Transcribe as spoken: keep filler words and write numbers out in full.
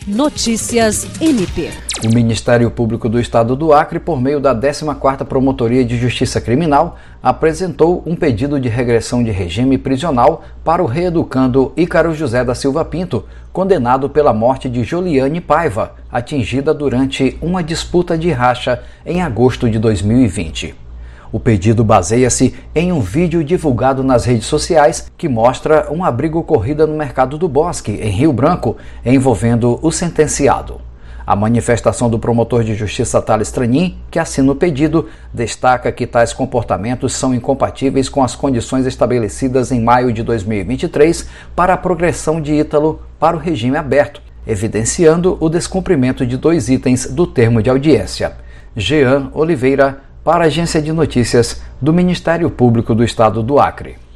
Notícias M P. O Ministério Público do Estado do Acre, por meio da décima quarta Promotoria de Justiça Criminal, apresentou um pedido de regressão de regime prisional para o reeducando Ícaro José da Silva Pinto, condenado pela morte de Joliane Paiva, atingida durante uma disputa de racha em agosto de dois mil e vinte. O pedido baseia-se em um vídeo divulgado nas redes sociais que mostra um abrigo ocorrido no Mercado do Bosque, em Rio Branco, envolvendo o sentenciado. A manifestação do promotor de justiça Thales Tranin, que assina o pedido, destaca que tais comportamentos são incompatíveis com as condições estabelecidas em maio de dois mil e vinte e três para a progressão de Ítalo para o regime aberto, evidenciando o descumprimento de dois itens do termo de audiência. Jean Oliveira, para a Agência de Notícias do Ministério Público do Estado do Acre.